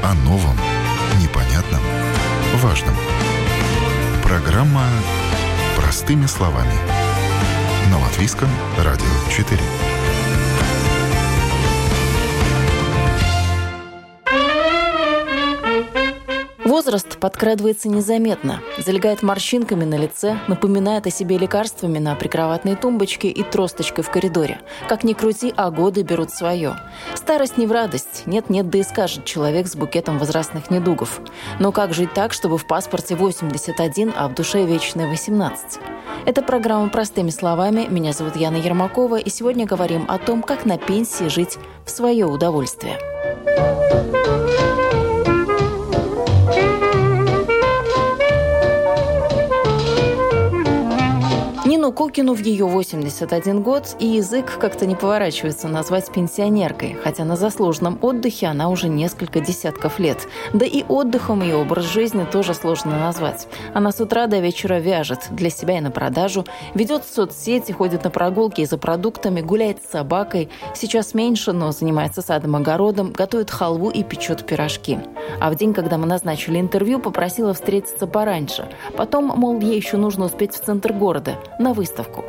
О новом, непонятном, важном. Программа «Простыми словами». На Латвийском радио 4. Возраст подкрадывается незаметно, залегает морщинками на лице, напоминает о себе лекарствами на прикроватной тумбочке и тросточкой в коридоре. Как ни крути, а годы берут свое. Старость не в радость. Нет-нет, да и скажет человек с букетом возрастных недугов. Но как жить так, чтобы в паспорте 81, а в душе вечное 18? Это программа «Простыми словами». Меня зовут Яна Ермакова, и сегодня говорим о том, как на пенсии жить в свое удовольствие. Нину Кукину в ее 81 год, и язык как-то не поворачивается назвать пенсионеркой, хотя на заслуженном отдыхе она уже несколько десятков лет. Да и отдыхом ее образ жизни тоже сложно назвать. Она с утра до вечера вяжет для себя и на продажу, ведет соцсети, ходит на прогулки и за продуктами, гуляет с собакой. Сейчас меньше, но занимается садом-огородом, готовит халву и печет пирожки. А в день, когда мы назначили интервью, попросила встретиться пораньше. Потом, мол, ей еще нужно успеть в центр города – на выставку.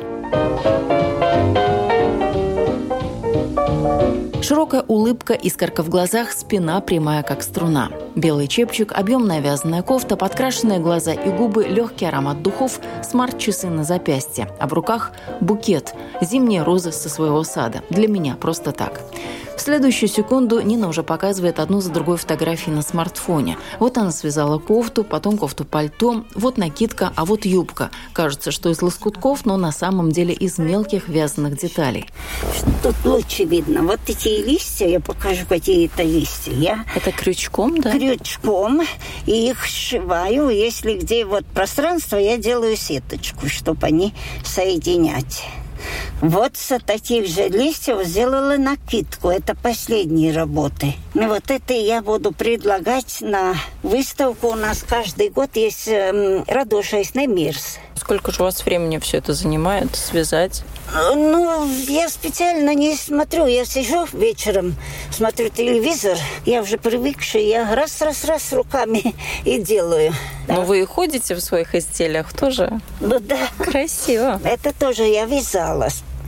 Широкая улыбка, искорка в глазах, спина прямая, как струна. Белый чепчик, объемная вязаная кофта, подкрашенные глаза и губы, легкий аромат духов, смарт-часы на запястье. А в руках букет, зимние розы со своего сада. Для меня просто так. В следующую секунду Нина уже показывает одну за другой фотографии на смартфоне. Вот она связала кофту, потом кофту-пальто, вот накидка, а вот юбка. Кажется, что из лоскутков, но на самом деле из мелких вязаных деталей. Тут лучше видно. Вот эти листья, я покажу, какие это листья. Это крючком, да? Крючком. И их сшиваю. Если где вот пространство, я делаю сеточку, чтобы они соединять. Вот с таких же листьев сделала накидку. Это последние работы. И вот это я буду предлагать на выставку. У нас каждый год есть радушный мирс. Сколько же у вас времени все это занимает, связать? Ну, я специально не смотрю. Я сижу вечером, смотрю телевизор. Я уже привыкшая. Я раз руками и делаю. Но вы и ходите в своих изделиях тоже? Ну да. Красиво. Это тоже я вязала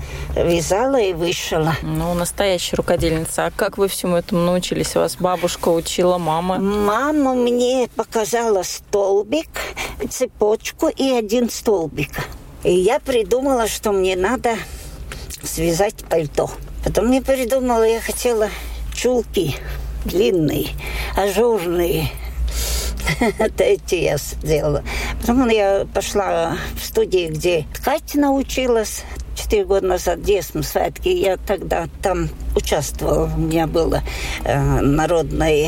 и вышила. Ну, настоящая рукодельница. А как вы всему этому научились? Вас бабушка учила, мама? Мама мне показала столбик, цепочку и один столбик. И я придумала, что мне надо связать пальто. Потом я придумала, я хотела чулки длинные, ажурные. Это эти я сделала. Потом я пошла в студию, где ткать научилась. 4 года назад, Десм Святки, я тогда там участвовала. У меня было народное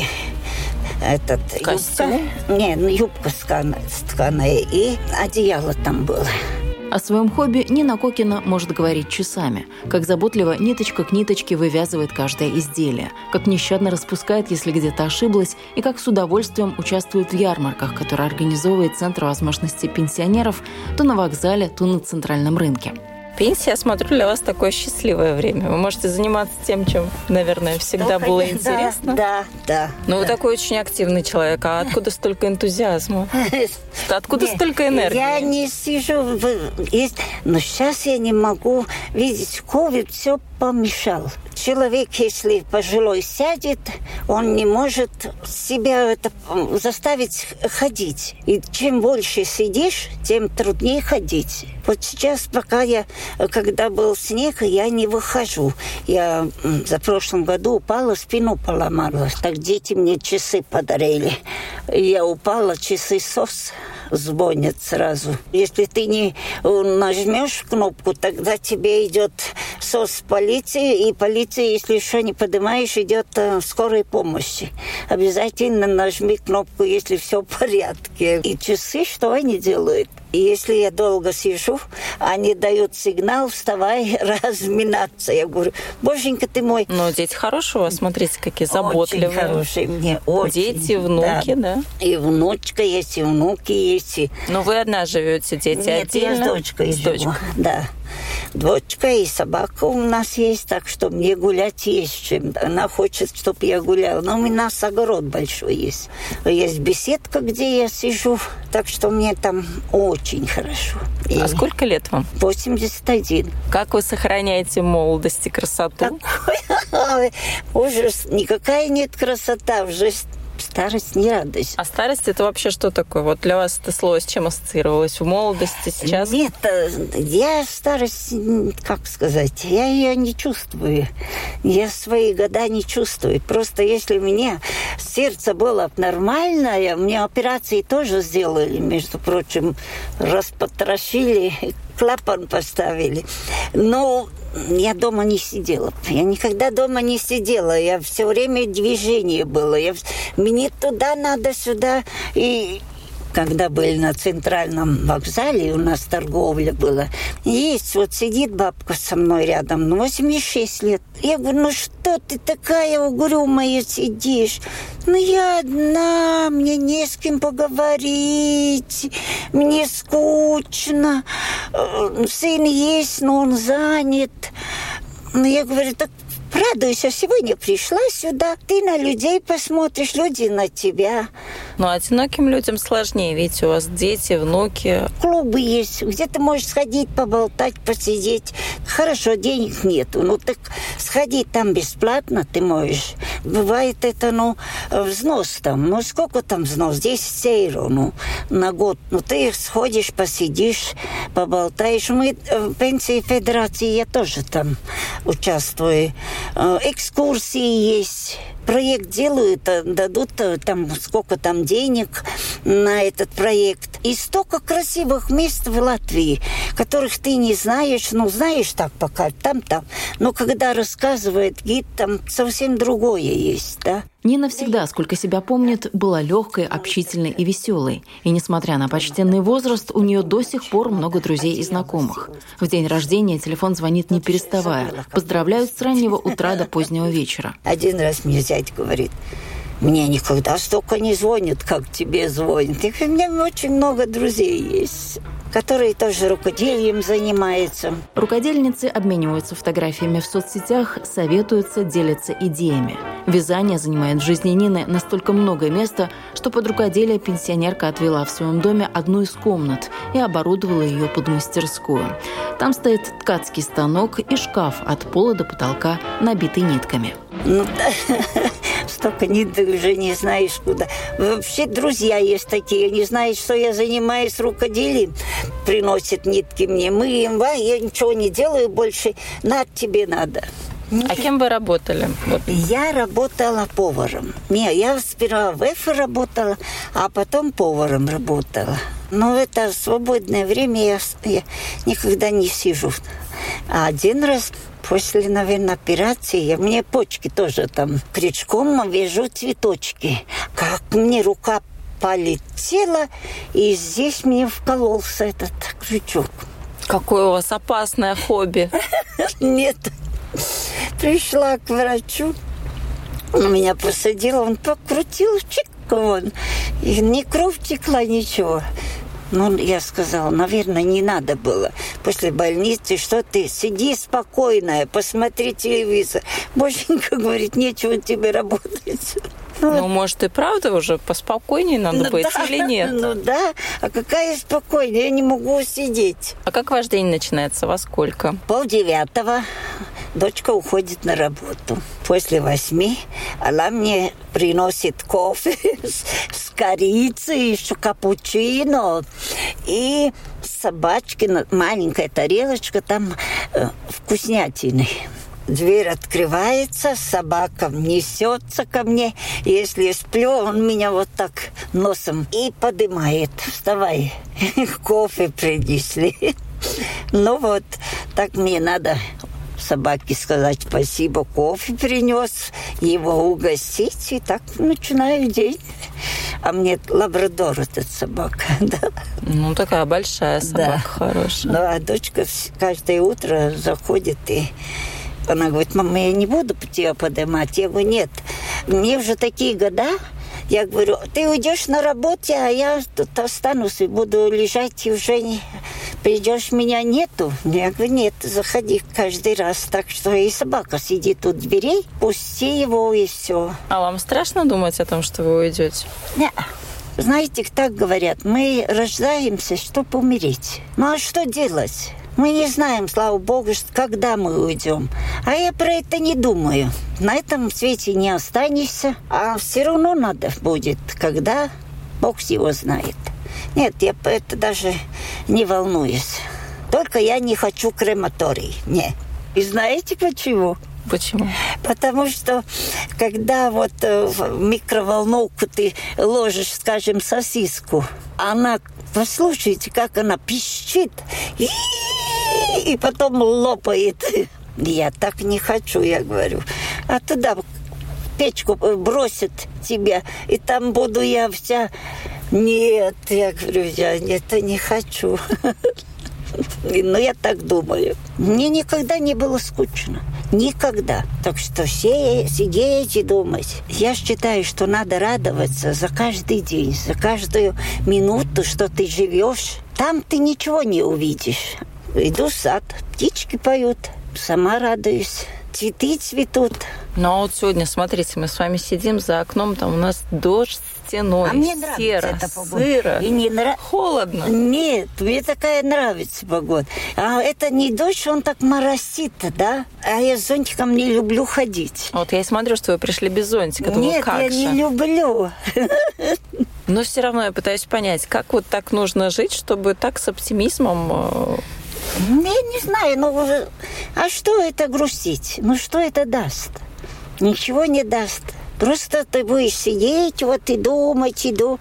костюм? Юбка тканая, и одеяло там было. О своем хобби Нина Кукина может говорить часами. Как заботливо ниточка к ниточке вывязывает каждое изделие. Как нещадно распускает, если где-то ошиблась. И как с удовольствием участвует в ярмарках, которые организовывает Центр возможностей пенсионеров то на вокзале, то на центральном рынке. Пенсия, я смотрю, для вас такое счастливое время. Вы можете заниматься тем, чем, наверное, всегда было интересно. Да. Но вы такой очень активный человек. А откуда столько энтузиазма? Откуда столько энергии? Я не сижу... Но сейчас я не могу видеть. Ковид все помешал. Человек, если пожилой сядет, он не может себя заставить ходить. И чем больше сидишь, тем труднее ходить. Вот сейчас, когда был снег, я не выхожу. Я за прошлом году упала, спину поломала. Так дети мне часы подарили. Я упала, часы СОС звонят сразу. Если ты не нажмешь кнопку, тогда тебе идет СОС полиции, и полиция, если еще не поднимаешь, идет скорой помощи. Обязательно нажми кнопку, если все в порядке. И часы, что они делают? И если я долго сижу, они дают сигнал: вставай, разминаться. Я говорю: боженька ты мой. Но дети хорошие у вас, смотрите, какие заботливые. Очень хорошие, мне очень. Дети, внуки, да? И внучка есть, и внуки есть. Но вы одна живете, дети Нет, отдельно? я с дочкой живу. Да. дочка и собака у нас есть, так что мне гулять есть чем. Она хочет, чтобы я гуляла. Но у нас огород большой есть. Есть беседка, где я сижу, так что мне там очень хорошо. А сколько лет вам? 81. Как вы сохраняете молодость и красоту? Такой ужас. Никакая нет красота в жизни. Старость не радость. А старость это вообще что такое? Вот для вас это слово с чем ассоциировалось? В молодости сейчас? Нет, я старость, как сказать, я ее не чувствую. Я свои года не чувствую. Просто если у меня сердце было нормальное, мне операции тоже сделали, между прочим, распотрошили, клапан поставили. Но я дома не сидела. Я никогда дома не сидела. Я все время движение было. Мне туда надо, сюда. И когда были на центральном вокзале, у нас торговля была, есть, вот сидит бабка со мной рядом, 86 лет. Я говорю, что ты такая угрюмая сидишь? Я одна, мне не с кем поговорить, мне скучно. Сын есть, но он занят. Я говорю, так радуйся, сегодня пришла сюда, ты на людей посмотришь, люди на тебя. Но одиноким людям сложнее, ведь у вас дети, внуки. Клубы есть, где ты можешь сходить, поболтать, посидеть. Хорошо, денег нету, так сходить там бесплатно ты можешь. Бывает это, взнос там, сколько там взнос? 10 евро, на год. Ты сходишь, посидишь, поболтаешь. Мы в пенсии федерации, я тоже там участвую. Экскурсии есть. Проект делают, дадут там сколько там денег на этот проект. И столько красивых мест в Латвии, которых ты не знаешь, знаешь так пока, там. Но когда рассказывает гид, там совсем другое есть, да? Нина всегда, сколько себя помнит, была легкой, общительной и веселой. И несмотря на почтенный возраст, у нее до сих пор много друзей и знакомых. В день рождения телефон звонит не переставая. Поздравляют с раннего утра до позднего вечера. Один раз мне зять говорит, мне никогда столько не звонят, как тебе звонят. И у меня очень много друзей есть, которые тоже рукоделием занимаются. Рукодельницы обмениваются фотографиями в соцсетях, советуются, делятся идеями. Вязание занимает в жизни Нины настолько много места, что под рукоделие пенсионерка отвела в своем доме одну из комнат и оборудовала ее под мастерскую. Там стоит ткацкий станок и шкаф от пола до потолка, набитый нитками. Столько ниток уже не знаешь куда. Вообще друзья есть такие, не знают, что я занимаюсь рукоделием. Приносят нитки мне, мы им, я ничего не делаю больше, тебе надо. А кем вы работали? Я работала поваром. Я сперва в ЭФ работала, а потом поваром работала. Но это свободное время я никогда не сижу. А один раз после, наверное, операции, мне почки тоже там крючком вяжу цветочки. Как мне рука полетела, и здесь мне вкололся этот крючок. Какое у вас опасное хобби. Нет. Пришла к врачу, он меня посадил, он покрутил, и ни кровь текла, ничего. Я сказала, наверное, не надо было. После больницы, что ты, сиди спокойная, посмотри телевизор. Боженька говорит, нечего тебе работать. Может, и правда уже поспокойнее надо быть или нет? Да, а какая спокойная, я не могу сидеть. А как ваш день начинается, во сколько? 8:30. Дочка уходит на работу. После 8 она мне приносит кофе с корицей, еще капучино. И собачки, маленькая тарелочка, там вкуснятины. Дверь открывается, собака несется ко мне. Если я сплю, он меня вот так носом и поднимает. Вставай, кофе принесли. Так мне надо собаке сказать спасибо, кофе принес, его угостить, и так начинаю день. А мне лабрадор этот собака, да. Такая большая собака, хорошая. А дочка каждое утро заходит и она говорит, мама, я не буду тебя поднимать. Я говорю, нет, мне уже такие года. Я говорю, ты уйдешь на работу, а я тут останусь и буду лежать и уже придешь, меня нету. Я говорю, нет, заходи каждый раз. Так что и собака сидит у дверей, пусти его и все. А вам страшно думать о том, что вы уйдете? Нет. Знаете, так говорят, мы рождаемся, чтобы умереть. Ну а что делать? Мы не знаем, слава богу, когда мы уйдем. А я про это не думаю. На этом свете не останешься, а все равно надо будет, когда Бог его знает. Нет, я это даже не волнуюсь. Только я не хочу крематорий. Нет. И знаете почему? Почему? Потому что, когда вот в микроволновку ты ложишь, скажем, сосиску, она, послушайте, как она пищит, и потом лопает. Я так не хочу, я говорю. А туда печку бросит тебя, и там буду я вся... Нет, я говорю, я это не хочу. Но я так думаю. Мне никогда не было скучно. Никогда. Так что все сидеть и думать. Я считаю, что надо радоваться за каждый день, за каждую минуту, что ты живешь. Там ты ничего не увидишь. Иду в сад, птички поют, сама радуюсь. Цветы цветут. Ну, вот сегодня, смотрите, мы с вами сидим за окном, там у нас дождь стеной, мне серо, это сыро, и не холодно. Нет, мне такая нравится погода. А это не дождь, он так моросит, да? А я с зонтиком не люблю ходить. Вот я и смотрю, что вы пришли без зонтика. Думаю, Нет, как я же? не люблю. Но все равно я пытаюсь понять, как вот так нужно жить, чтобы так с оптимизмом... Я не знаю, ну, а что это грустить? Ну, что это даст? Ничего не даст. Просто ты будешь сидеть вот и думать,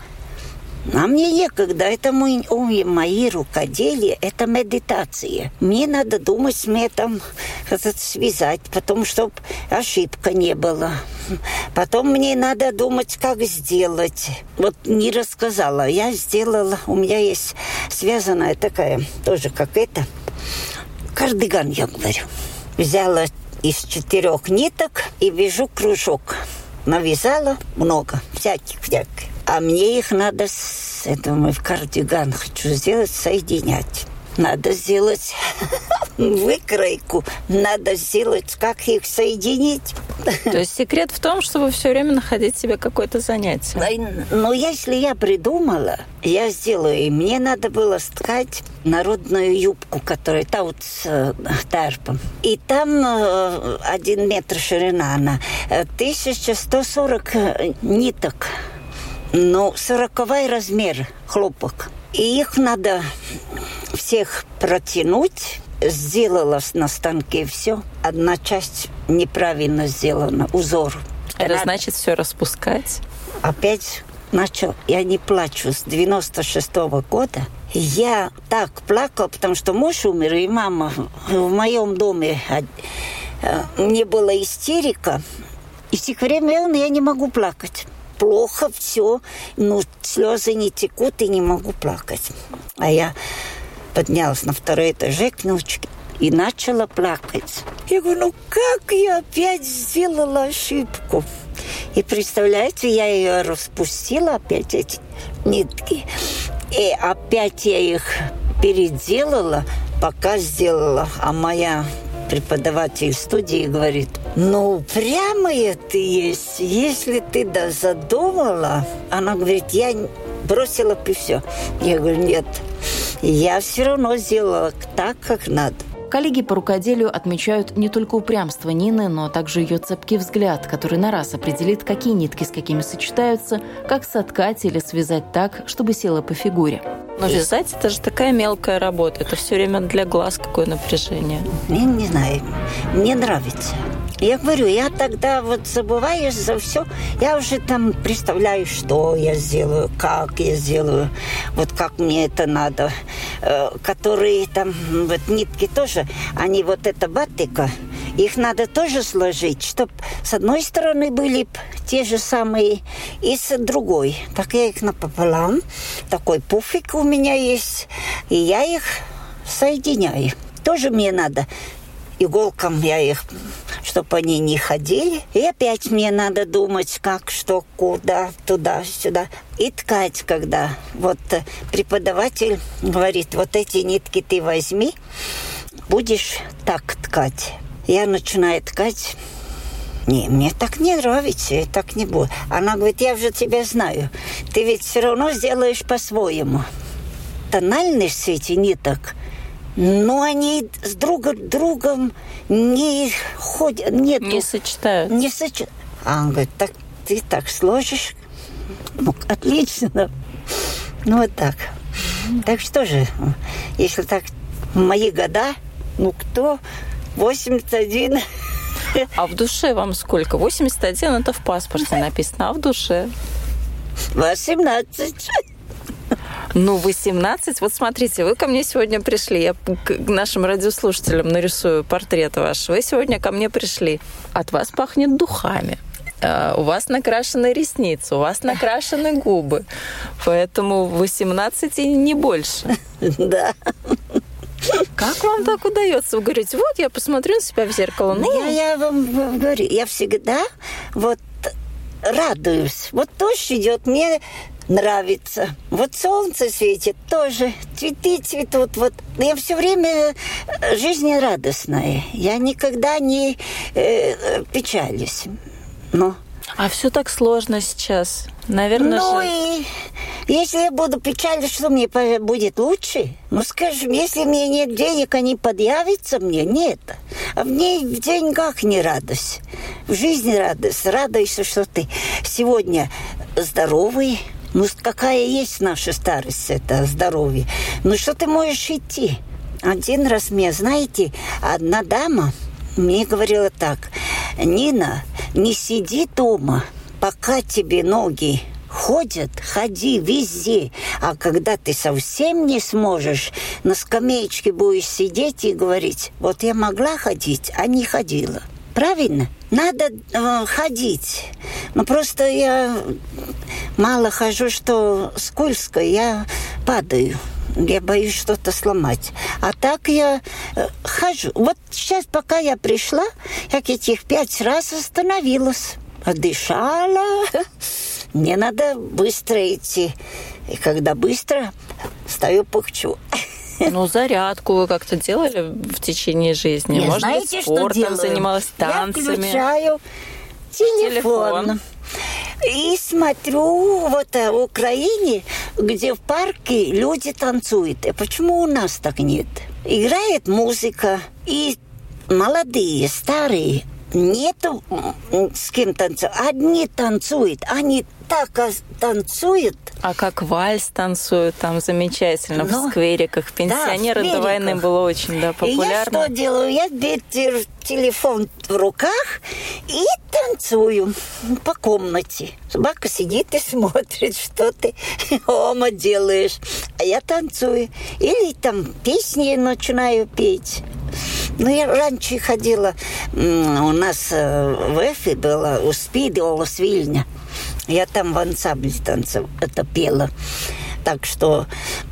А мне некогда. Это мои рукоделия, это медитация. Мне надо думать с метом, связать, потом, чтобы ошибка не было. Потом мне надо думать, как сделать. Вот не рассказала. Я сделала, у меня есть связанная такая, тоже как это, кардиган, я говорю. Взяла из 4 ниток и вяжу кружок. Навязала много, всяких. А мне их надо, в кардиган хочу сделать, соединять. Надо сделать выкройку, надо сделать, как их соединить. То есть секрет в том, чтобы все время находить себе какое-то занятие. Но если я придумала, я сделаю. И мне надо было ткать народную юбку, которая таут с тарпом. И там 1 метр ширина она. 1140 ниток. Ну, 40-й размер хлопок. И их надо всех протянуть. Сделала на станке все. Одна часть неправильно сделана, узор. Это значит все распускать? Опять начал. Я не плачу с 96-го года. Я так плакала, потому что муж умер, и мама в моем доме. Мне была истерика. И все время я не могу плакать. Плохо все, но слезы не текут, и не могу плакать. А я поднялась на 2-й этаж к внучке и начала плакать. Я говорю, ну как я опять сделала ошибку? И представляете, я ее распустила опять, эти нитки. И опять я их переделала, пока сделала. А моя преподаватель в студии говорит, ну, упрямая ты есть, если ты задумала. Она говорит, я бросила бы все. Я говорю, нет, я все равно сделала так, как надо. Коллеги по рукоделию отмечают не только упрямство Нины, но также ее цепкий взгляд, который на раз определит, какие нитки с какими сочетаются, как соткать или связать так, чтобы село по фигуре. Но вязать – это же такая мелкая работа. Это все время для глаз какое напряжение. Я не знаю. Мне нравится. Я говорю, я тогда вот забываю за все. Я уже там представляю, что я сделаю, как я сделаю, вот как мне это надо. Которые там, вот нитки тоже, они вот это батика, их надо тоже сложить, чтобы с одной стороны были те же самые, и с другой. Так я их напополам. Такой пуфик у меня есть, и я их соединяю. Тоже мне надо иголкам я их, чтобы они не ходили. И опять мне надо думать, как, что, куда, туда-сюда. И ткать, когда вот преподаватель говорит, вот эти нитки ты возьми, будешь так ткать. Я начинаю ткать. Не, мне так не нравится, я так не буду. Она говорит, я уже тебя знаю. Ты ведь все равно сделаешь по-своему. Тональность этих ниток, но они с другом не ходят. Нету, не сочетаются. Не А он говорит, так ты так сложишь? Ну, отлично. Ну, вот так. Так что же, если так в мои года, ну, кто 81... А в душе вам сколько? 81 это в паспорте написано, а в душе? 18. Ну, 18. Вот смотрите, вы ко мне сегодня пришли. Я к нашим радиослушателям нарисую портрет ваш. Вы сегодня ко мне пришли. От вас пахнет духами. У вас накрашены ресницы, у вас накрашены губы. Поэтому 18 и не больше. Да. Как вам так удается? Вы говорите, вот я посмотрю на себя в зеркало. Ну, я вам говорю, я всегда вот радуюсь. Вот дождь идет, мне нравится. Вот солнце светит тоже, цветы цветут. Вот я все время жизнерадостная. Я никогда не печалюсь. Но. А все так сложно сейчас. Наверное, ну и если я буду печалиться, что мне будет лучше? Ну, скажем, если у меня нет денег, они подъявятся мне? Нет. А в деньгах не радость. В жизни радость. Радуйся, что ты сегодня здоровый. Ну, какая есть наша старость, это здоровье. Ну, что ты можешь идти? Один раз мне, знаете, одна дама мне говорила так. Нина, не сиди дома, пока тебе ноги ходят, ходи везде. А когда ты совсем не сможешь, на скамеечке будешь сидеть и говорить, вот я могла ходить, а не ходила. Правильно? Надо ходить. Но просто я мало хожу, что скользко, я падаю. Я боюсь что-то сломать. А так я хожу. Вот сейчас, пока я пришла, я этих 5 раз остановилась. Дышала. Мне надо быстро идти. И когда быстро, стою, пыхчу. Ну, зарядку вы как-то делали в течение жизни? Я, может знаете, быть, спортом что занималась, танцами? Я включаю телефон. И смотрю вот в Украине, где в парке люди танцуют. А почему у нас так нет? Играет музыка, и молодые, старые, нету с кем танцевать. Одни танцуют, они так танцуют. А как вальс танцуют там замечательно, в сквериках. Пенсионеры до войны было очень популярно. И я что делаю? Я держу телефон в руках и танцую по комнате. Собака сидит и смотрит, что ты делаешь. А я танцую. Или там песни начинаю петь. Ну, я раньше ходила, у нас в Эфе было, у Спидиолос Вильня. Я там в ансамбле это пела. Так что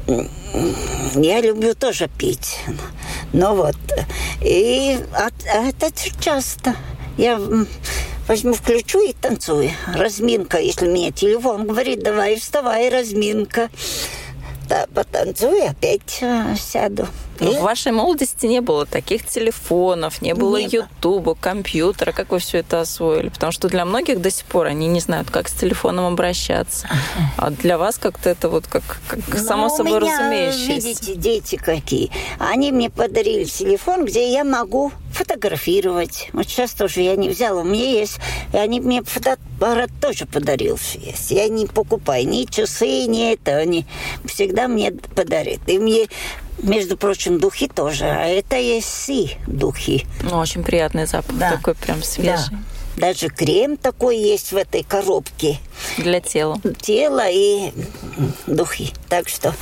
я люблю тоже петь. Ну вот. И это часто. Я возьму, включу и танцую. Разминка, если мне телефон говорит, давай вставай, разминка. Да, потанцую, опять сяду. Но в вашей молодости не было таких телефонов, не было Ютуба, компьютера. Как вы все это освоили? Потому что для многих до сих пор они не знают, как с телефоном обращаться. А для вас как-то это вот как само собой разумеющееся. Видите, дети какие. Они мне подарили телефон, где я могу фотографировать. Вот сейчас тоже я не взяла. У меня есть. И они мне фотоаппарат тоже подарил. Есть. Я не покупаю ни часы, ни это. Они всегда мне подарят. И мне, между прочим, духи тоже. А это есть духи. Ну, очень приятный запах. Да. Такой прям свежий. Да. Даже крем такой есть в этой коробке. Для тела. Тело и духи. Так что,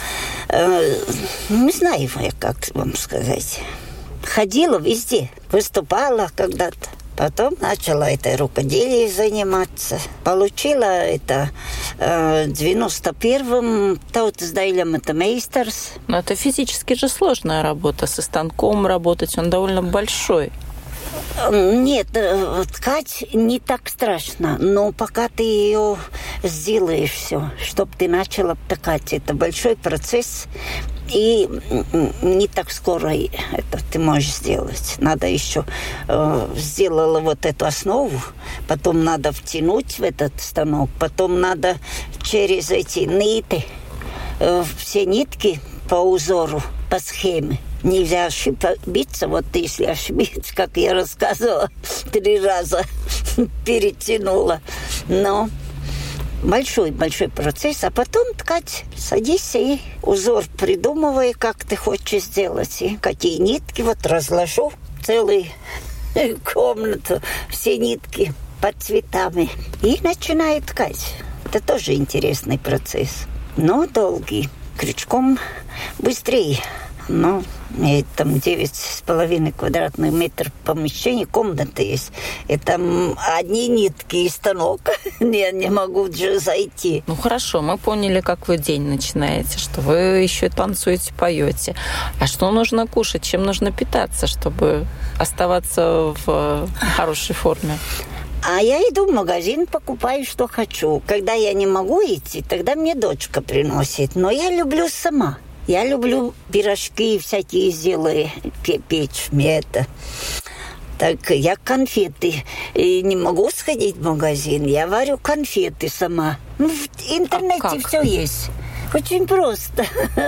не знаю, как вам сказать. Ходила везде. Выступала когда-то. Потом начала это рукоделие заниматься. Получила это в 91-м Tautesdaļa это мейстерс. Но это физически же сложная работа. Со станком работать, он довольно большой. Нет, ткать не так страшно, но пока ты ее сделаешь все, чтобы ты начала ткать, это большой процесс, и не так скоро это ты можешь сделать. Надо еще сделала вот эту основу, потом надо втянуть в этот станок, потом надо через эти ниты, все нитки по узору, по схеме. Нельзя ошибиться, вот если ошибиться, как я рассказывала, 3 раза перетянула. Но большой процесс, а потом ткать. Садись и узор придумывай, как ты хочешь сделать. И какие нитки, вот разложу целую комнату, все нитки под цветами. И начинаю ткать. Это тоже интересный процесс, но долгий. Крючком быстрее. Ну, там 9,5 квадратных метров помещения, комната есть. И там одни нитки и станок. Я не могу уже зайти. Ну, хорошо, мы поняли, как вы день начинаете, что вы еще танцуете, поете. А что нужно кушать, чем нужно питаться, чтобы оставаться в хорошей форме? А я иду в магазин, покупаю, что хочу. Когда я не могу идти, тогда мне дочка приносит. Но я люблю сама. Я люблю пирожки всякие сделаю, печь мне это. Так я конфеты. И не могу сходить в магазин. Я варю конфеты сама. Ну, в интернете все есть. Очень просто.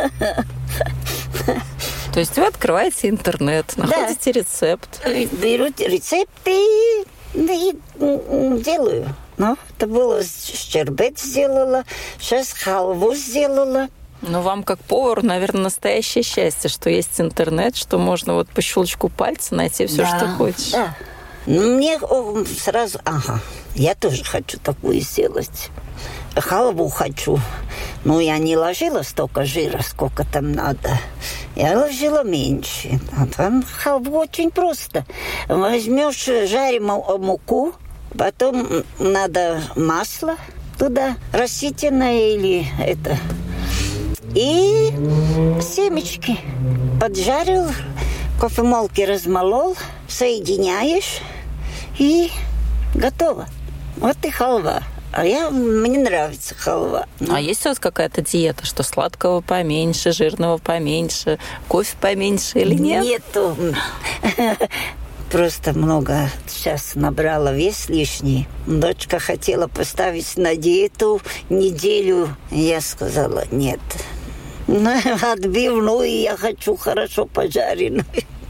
То есть вы открываете интернет, находите рецепт. Беру рецепты и делаю. Ну, это было щербет сделала, сейчас халву сделала. Ну, вам, как повару, наверное, настоящее счастье, что есть интернет, что можно вот по щелчку пальца найти все, что хочешь. Да. Ну, мне сразу... я тоже хочу такую сделать. Халву хочу. Но я не ложила столько жира, сколько там надо. Я ложила меньше. А там халву очень просто. Возьмешь жареную муку, потом надо масло туда, растительное или это... И семечки поджарил, кофемолке размолол, соединяешь и готово. Вот и халва. Мне нравится халва. А есть у вас какая-то диета, что сладкого поменьше, жирного поменьше, кофе поменьше или нет? Нету. Просто много сейчас набрала вес лишний. Дочка хотела поставить на диету неделю. Я сказала, нет. Отбивную я хочу хорошо пожаренную.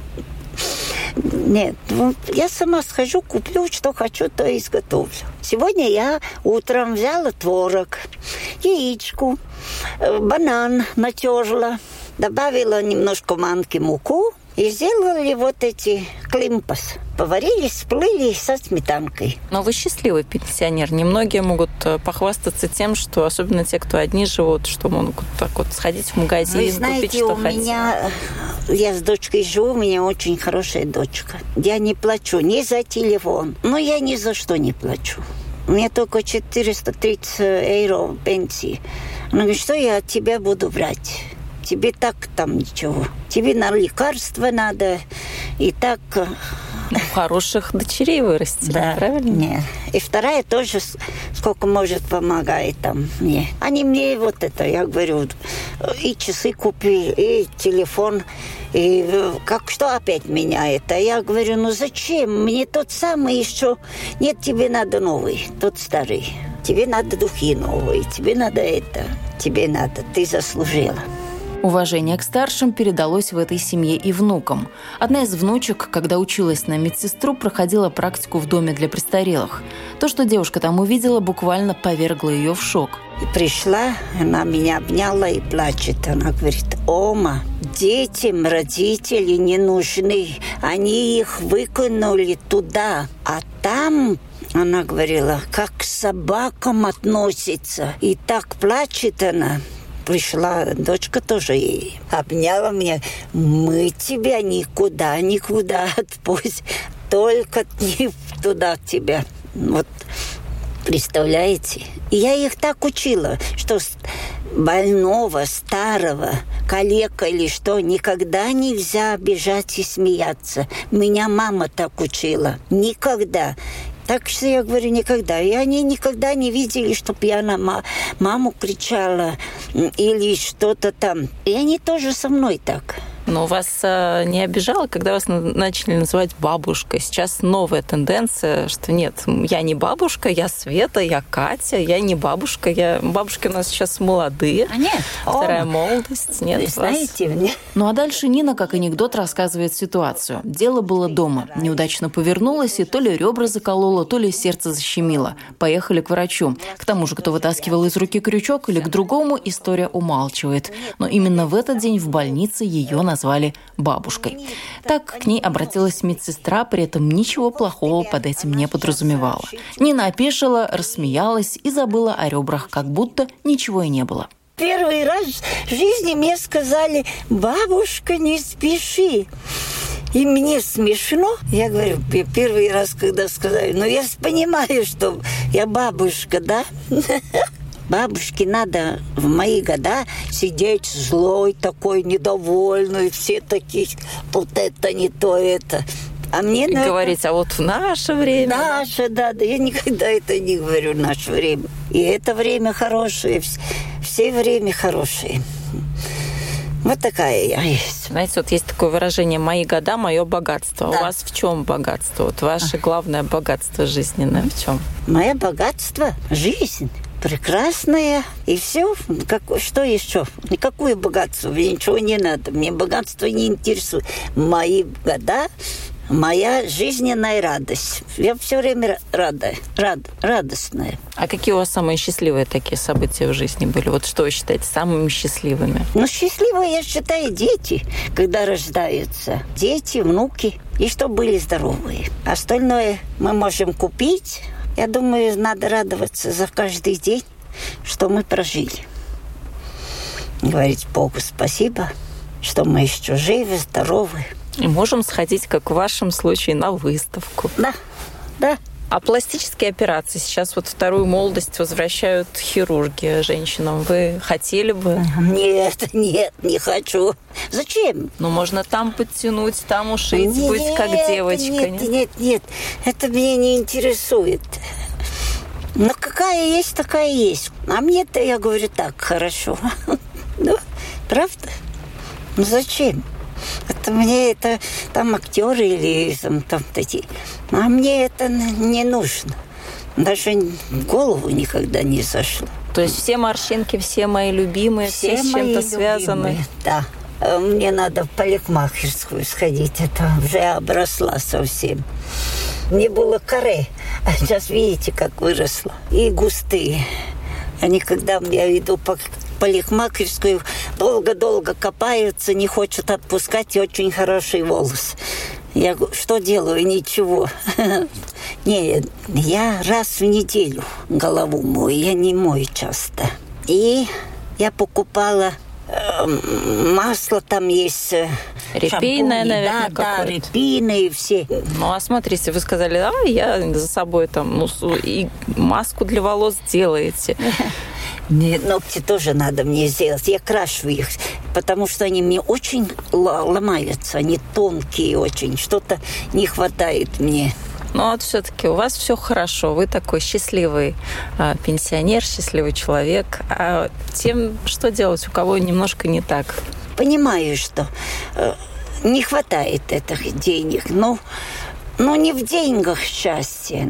Нет, я сама схожу, куплю, что хочу, то и изготовлю. Сегодня я утром взяла творог, яичку, банан натерла, добавила немножко манки муку и сделали вот эти климпас. Поварили, сплыли со сметанкой. Но вы счастливый пенсионер. Немногие могут похвастаться тем, что, особенно те, кто одни живут, что могут так вот сходить в магазин, вы знаете, купить, что хотят. Я с дочкой живу, у меня очень хорошая дочка. Я не плачу ни за телефон, но я ни за что не плачу. У меня только 430 евро пенсии. Она говорит, что я от тебя буду брать? Тебе так там ничего. Тебе на лекарства надо. И так... Хороших дочерей вырастили, да, правильно? Нет. И вторая тоже сколько может помогает там мне. Они мне вот это, я говорю, и часы купили, и телефон. И как что опять меняет? А я говорю, ну зачем? Мне тот самый еще... Нет, тебе надо новый, тот старый. Тебе надо духи новые, тебе надо это. Тебе надо, ты заслужила. Уважение к старшим передалось в этой семье и внукам. Одна из внучек, когда училась на медсестру, проходила практику в доме для престарелых. То, что девушка там увидела, буквально повергло ее в шок. И пришла, она меня обняла и плачет. Она говорит, Ома, детям родители не нужны. Они их выкинули туда, а там... Она говорила, как к собакам относится. И так плачет она. Пришла дочка тоже и обняла меня. Мы тебя никуда отпустим. Только не в туда тебя. Вот, представляете? И я их так учила, что больного, старого, калека или что, никогда нельзя обижать и смеяться. Меня мама так учила. Никогда. Так что я говорю, никогда. И они никогда не видели, чтобы я на маму кричала или что-то там. И они тоже со мной так. Но вас не обижало, когда вас начали называть бабушкой? Сейчас новая тенденция, что нет, я не бабушка, я Света, я Катя, я не бабушка, бабушки у нас сейчас молодые. А нет. Вторая молодость. Нет, вы знаете мне. Ну а дальше Нина, как анекдот, рассказывает ситуацию. Дело было дома. Неудачно повернулась, и то ли ребра заколола, то ли сердце защемило. Поехали к врачу. К тому же, кто вытаскивал из руки крючок или к другому, история умалчивает. Но именно в этот день в больнице ее назвали бабушкой. Так к ней обратилась медсестра, при этом ничего плохого под этим не подразумевала. Нина опешила, рассмеялась и забыла о ребрах, как будто ничего и не было. Первый раз в жизни мне сказали: бабушка, не спеши. И мне смешно. Я говорю, первый раз, когда сказали, я понимаю, что я бабушка, да? Бабушке надо в мои года сидеть злой такой, недовольный, все такие, вот это не то, это. А мне надо... говорить, а вот в наше время... Наше, да, я никогда это не говорю, наше время. И это время хорошее, все время хорошее. Вот такая я есть. Знаете, вот есть такое выражение «мои года, мое богатство». Да. У вас в чем богатство? Вот ваше главное богатство жизненное в чем? Мое богатство – жизнь. Прекрасная. И все. Что еще? Никакое богатство. Мне ничего не надо. Мне богатство не интересует. Мои года, моя жизненная радость. Я все время радостная. А какие у вас самые счастливые такие события в жизни были? Вот что вы считаете самыми счастливыми? Счастливые, я считаю, дети, когда рождаются. Дети, внуки. И что были здоровые. Остальное мы можем купить. Я думаю, надо радоваться за каждый день, что мы прожили. Говорить Богу спасибо, что мы еще живы, здоровы. И можем сходить, как в вашем случае, на выставку. Да. А пластические операции сейчас вот вторую молодость возвращают хирурги женщинам. Вы хотели бы? Нет, не хочу. Зачем? Можно там подтянуть, там ушить, быть как девочка. Нет. Это меня не интересует. Но какая есть, такая есть. А мне-то, я говорю, так, хорошо. Правда? Зачем? Мне там актеры или там такие. А мне это не нужно. Даже в голову никогда не зашло. То есть все морщинки, все мои любимые, все с чем-то связаны? Да. Мне надо в парикмахерскую сходить. Это уже обросла совсем. Мне было каре, а сейчас видите, как выросло. И густые. Они, когда я иду по парикмахерскую, долго-долго копаются, не хочет отпускать, и очень хороший волос. Я что делаю? Ничего. Не, я раз в неделю голову мою, я не мою часто. И я покупала масло, там есть... Репейное, наверное, да, репейное все. А смотрите, вы сказали, я за собой там, и маску для волос делаете. Нет, ногти тоже надо мне сделать. Я крашу их, потому что они мне очень ломаются. Они тонкие очень. Что-то не хватает мне. Но вот все-таки у вас все хорошо. Вы такой счастливый пенсионер, счастливый человек. А тем, что делать, у кого немножко не так? Понимаю, что не хватает этих денег. Но не в деньгах счастье.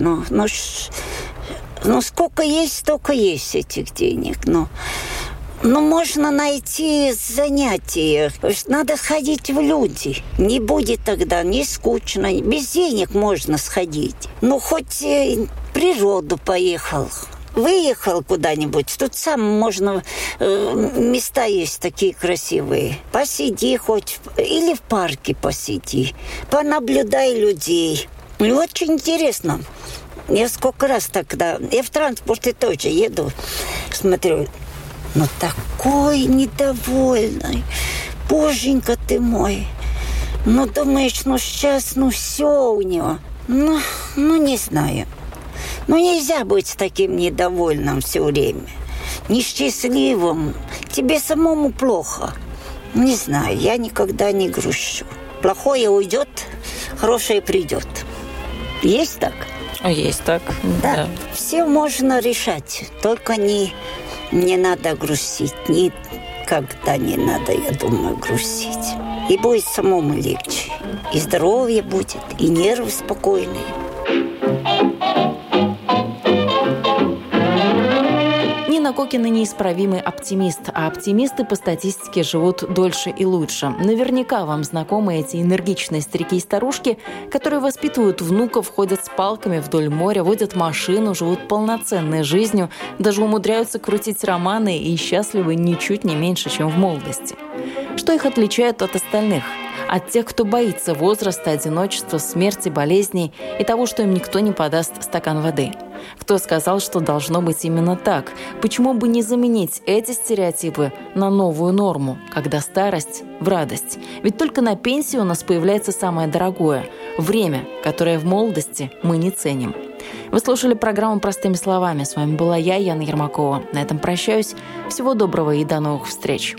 Но сколько есть, столько есть этих денег. Но можно найти занятия. Надо сходить в люди. Не будет тогда не скучно. Без денег можно сходить. Хоть в природу поехал. Выехал куда-нибудь. Тут сам можно... места есть такие красивые. Посиди хоть. Или в парке посиди. Понаблюдай людей. Очень интересно. Я сколько раз тогда... Я в транспорте тоже еду. Смотрю. Такой недовольный. Боженька ты мой. Думаешь, сейчас, все у него. Ну, не знаю. Нельзя быть таким недовольным все время. Несчастливым. Тебе самому плохо. Не знаю, я никогда не грущу. Плохое уйдет, хорошее придет. Есть так? Есть так, да. Все можно решать, только не надо грустить. Никогда не надо, я думаю, грустить. И будет самому легче. И здоровье будет, и нервы спокойные. Нина Кокина неисправимый оптимист, а оптимисты по статистике живут дольше и лучше. Наверняка вам знакомы эти энергичные старики и старушки, которые воспитывают внуков, ходят с палками вдоль моря, водят машину, живут полноценной жизнью, даже умудряются крутить романы и счастливы ничуть не меньше, чем в молодости. Что их отличает от остальных? От тех, кто боится возраста, одиночества, смерти, болезней и того, что им никто не подаст стакан воды. Кто сказал, что должно быть именно так? Почему бы не заменить эти стереотипы на новую норму, когда старость в радость? Ведь только на пенсии у нас появляется самое дорогое – время, которое в молодости мы не ценим. Вы слушали программу «Простыми словами». С вами была я, Яна Ермакова. На этом прощаюсь. Всего доброго и до новых встреч.